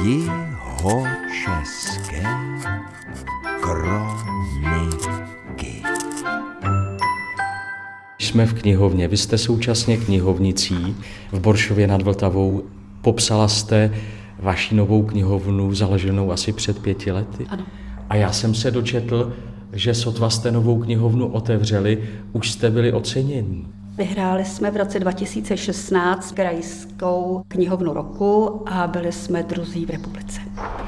Jihočeské kroniky. Jsme v knihovně, vy jste současně knihovnicí v Boršově nad Vltavou. Popsala jste vaši novou knihovnu, založenou asi před 5 lety. Ano. A já jsem se dočetl, že sotva jste novou knihovnu otevřeli, už jste byli oceněni. Vyhráli jsme v roce 2016 krajskou knihovnu roku a byli jsme druzí v republice.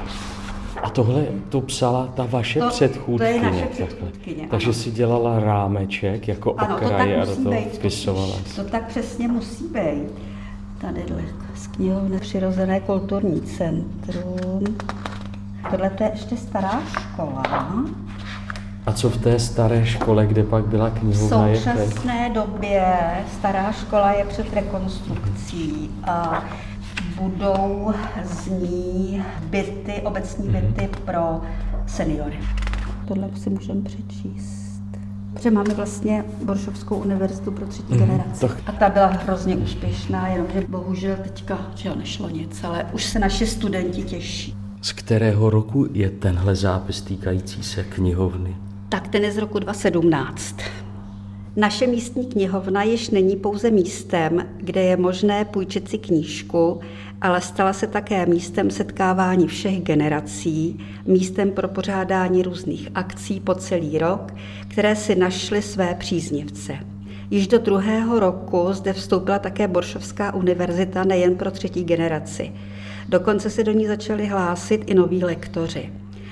A tohle to psala ta vaše předchůdkyně. To je naše předchůdkyně. Takže si dělala rámeček jako okraje a do toho vpisovala. To tak přesně musí být. Tadyhle z knihovny Přirozené kulturní centrum. Tohle to je ještě stará škola. A co v té staré škole, kde pak byla knihovna? V současné době stará škola je před rekonstrukcí a budou z ní byty, obecní byty pro seniory. Tohle si můžeme přečíst. Protože máme vlastně Boršovskou univerzitu pro 3. generaci. A ta byla hrozně úspěšná, jenomže bohužel teďka nešlo nic, ale už se naši studenti těší. Z kterého roku je tenhle zápis týkající se knihovny? Tak ten je z roku 2017. Naše místní knihovna již není pouze místem, kde je možné půjčit si knížku, ale stala se také místem setkávání všech generací, místem pro pořádání různých akcí po celý rok, které si našly své příznivce. Již do 2. roku zde vstoupila také Boršovská univerzita nejen pro 3. generaci. Dokonce se do ní začali hlásit i noví lektoři.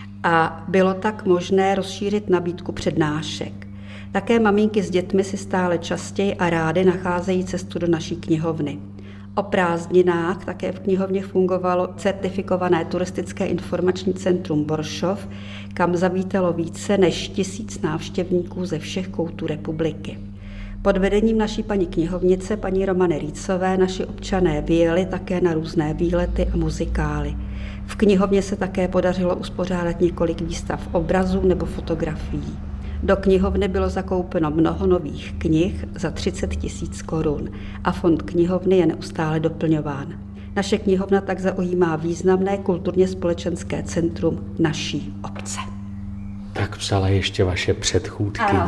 A bylo tak možné rozšířit nabídku přednášek. Také maminky s dětmi si stále častěji a rády nacházejí cestu do naší knihovny. O prázdninách také v knihovně fungovalo certifikované turistické informační centrum Boršov, kam zavítalo více než 1000 návštěvníků ze všech koutů republiky. Pod vedením naší paní knihovnice, paní Romany Rýcové, naši občané vyjeli také na různé výlety a muzikály. V knihovně se také podařilo uspořádat několik výstav obrazů nebo fotografií. Do knihovny bylo zakoupeno mnoho nových knih za 30 000 korun a fond knihovny je neustále doplňován. Naše knihovna tak zaujímá významné kulturně společenské centrum naší obce. Tak psala ještě vaše předchůdky. Ano.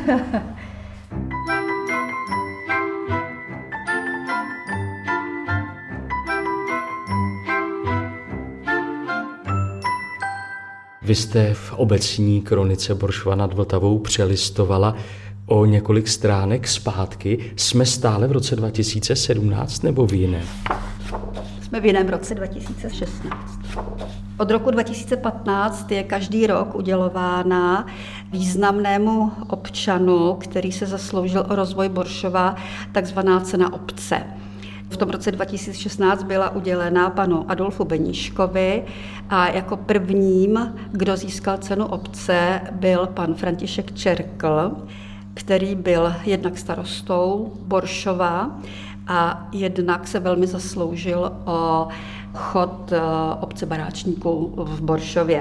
Vy jste v obecní kronice Boršova nad Vltavou přelistovala o několik stránek zpátky. Jsme stále v roce 2017 nebo v jiném? Jsme v jiném roce 2016. Od roku 2015 je každý rok udělována významnému občanu, který se zasloužil o rozvoj Boršova, takzvaná cena obce. V tom roce 2016 byla udělena panu Adolfu Beníškovi a jako prvním, kdo získal cenu obce, byl pan František Čerkl, který byl jednak starostou Boršova a jednak se velmi zasloužil o chod obce Baráčníků v Boršově.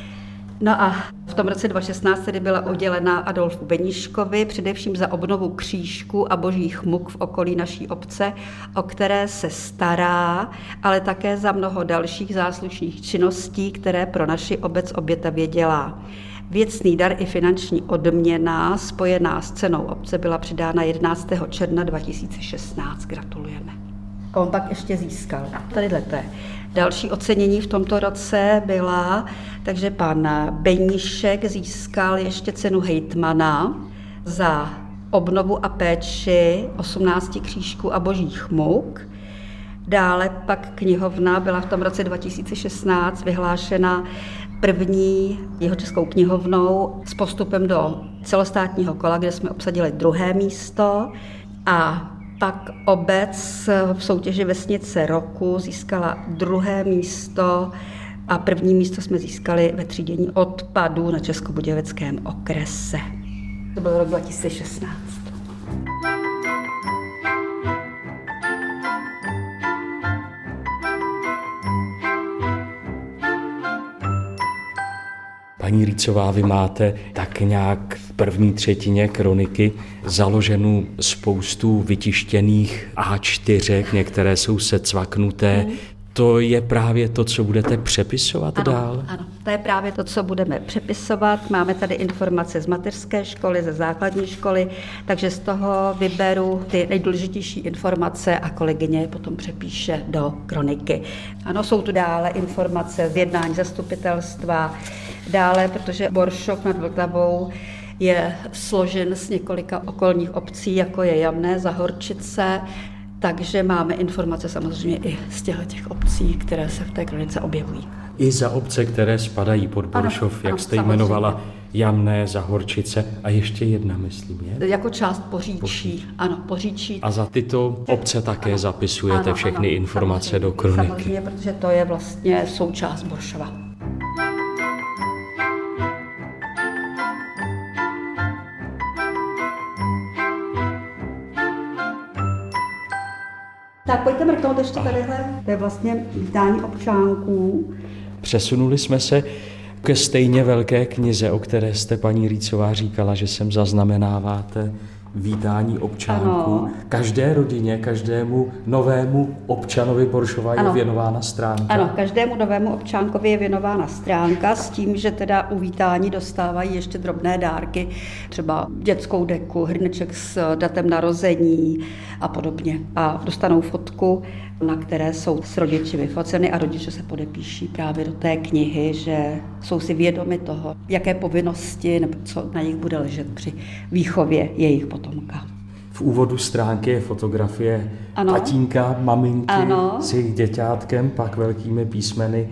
No a v tom roce 2016 tedy byla udělena Adolfu Beníškovi především za obnovu křížků a božích muk v okolí naší obce, o které se stará, ale také za mnoho dalších záslušných činností, které pro naši obec obětavě dělá. Věcný dar i finanční odměna spojená s cenou obce byla přidána 11. června 2016. Gratulujeme. A on pak ještě získal. Tadyhle to je. Další ocenění v tomto roce byla, takže pan Beníšek získal ještě cenu hejtmana za obnovu a péči 18 křížků a božích muk. Dále pak knihovna byla v tom roce 2016 vyhlášena první jihočeskou knihovnou s postupem do celostátního kola, kde jsme obsadili 2. místo a pak obec v soutěži Vesnice roku získala 2. místo a 1. místo jsme získali ve třídění odpadů na Českobudějovickém okrese. To byl rok 2016. Paní Rýcová, vy máte tak nějak v první třetině kroniky založenou spoustu vytištěných A4, některé jsou secvaknuté. to je právě to, co budete přepisovat dál? Ano, to je právě to, co budeme přepisovat. Máme tady informace z mateřské školy, ze základní školy, takže z toho vyberu ty nejdůležitější informace a kolegyně je potom přepíše do kroniky. Ano, jsou tu dále informace z jednání zastupitelstva, dále, protože Boršov nad Vltavou je složen z několika okolních obcí, jako je Jamné, Zahorčice, takže máme informace samozřejmě i z těch obcí, které se v té kronice objevují. I za obce, které spadají pod Boršov, jak jste jmenovala, Jamné, Zahorčice a ještě jedna, myslím, je? Jako část Poříčí, ano, Poříčí. A za tyto obce také zapisujete všechny informace do kroniky? Samozřejmě, protože to je vlastně součást Boršova. Tak pojďte mrknout ještě tadyhle. To je vlastně vítání občánků. Přesunuli jsme se ke stejně velké knize, o které jste, paní Rýcová, říkala, že sem zaznamenáváte vítání občánků. Ano. Každé rodině, každému novému občanovi Boršova je věnována stránka. Ano, každému novému občánkovi je věnována stránka s tím, že teda u vítání dostávají ještě drobné dárky, třeba dětskou deku, hrneček s datem narození a podobně. A dostanou fotku, na které jsou s rodiči vyfoceny a rodiče se podepíší právě do té knihy, že jsou si vědomi toho, jaké povinnosti nebo co na nich bude ležet při výchově jejich potomka. V úvodu stránky je fotografie tatínka, maminky s jejich děťátkem, pak velkými písmeny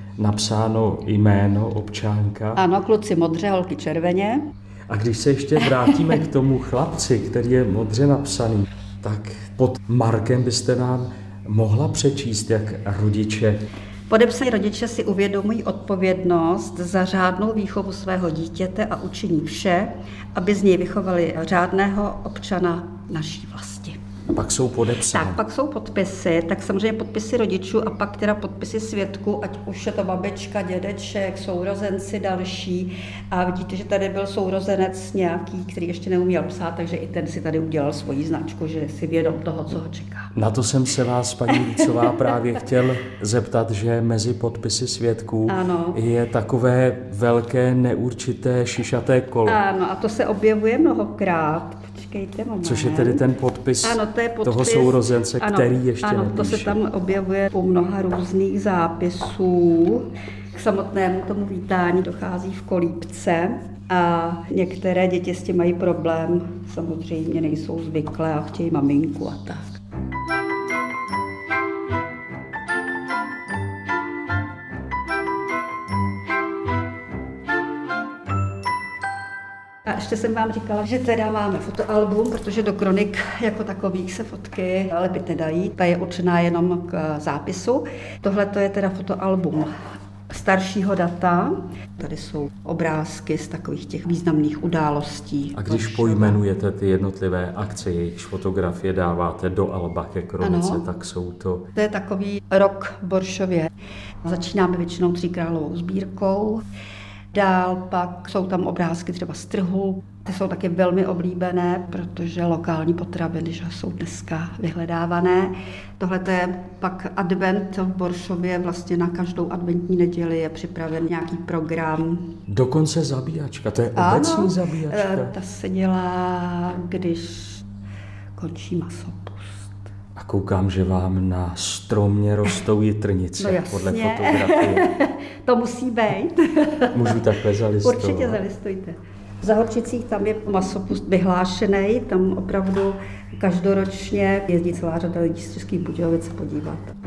napsáno jméno občánka. Ano, kluci modře, holky červeně. A když se ještě vrátíme k tomu chlapci, který je modře napsaný, tak pod Markem byste nám mohla přečíst, jak rodiče. Podepsaní rodiče si uvědomují odpovědnost za řádnou výchovu svého dítěte a učiní vše, aby z něj vychovali řádného občana naší vlasti. A pak jsou podepsány. Tak, pak jsou podpisy, tak samozřejmě podpisy rodičů a pak teda podpisy svědků, ať už je to babička, dědeček, sourozenci další. A vidíte, že tady byl sourozenec nějaký, který ještě neuměl psát, takže i ten si tady udělal svoji značku, že si vědom toho, co ho čeká. Na to jsem se vás, paní Rýcová, právě chtěl zeptat, že mezi podpisy svědků je takové velké, neurčité, šišaté kolo. Ano, a to se objevuje mnohokrát. Počkejte moment. Což je tedy ten podpis, to je podpis toho sourozence, který ještě nepíše. nepíše. To se tam objevuje u mnoha různých zápisů. K samotnému tomu vítání dochází v kolípce a některé děti s tím mají problém. Samozřejmě nejsou zvyklé a chtějí maminku a tak. A ještě jsem vám říkala, že teda máme fotoalbum, protože do kronik jako takových se fotky lepit nedají. Ta je určená jenom k zápisu. Tohle to je teda fotoalbum staršího data. Tady jsou obrázky z takových těch významných událostí. A když pojmenujete ty jednotlivé akce, jejichž fotografie dáváte do alba ke kronice, tak jsou to... To je takový rok v Boršově. Začínáme většinou Tříkrálovou sbírkou. Dál pak jsou tam obrázky třeba z trhu. Ty jsou taky velmi oblíbené, protože lokální potraviny že jsou dneska vyhledávané. Tohle je pak advent v Boršově, vlastně na každou adventní neděli je připraven nějaký program. Dokonce zabíjačka, to je obecní zabíjačka? Ta se dělá, když končí masopust. A koukám, že vám na stromě rostou jitrnice podle fotografie. To musí být. Můžu takhle zalistovat? Určitě zalistujte. V Zahorčicích tam je masopust vyhlášený, tam opravdu každoročně jezdí celá řada lidí z Českých Budějovic podívat.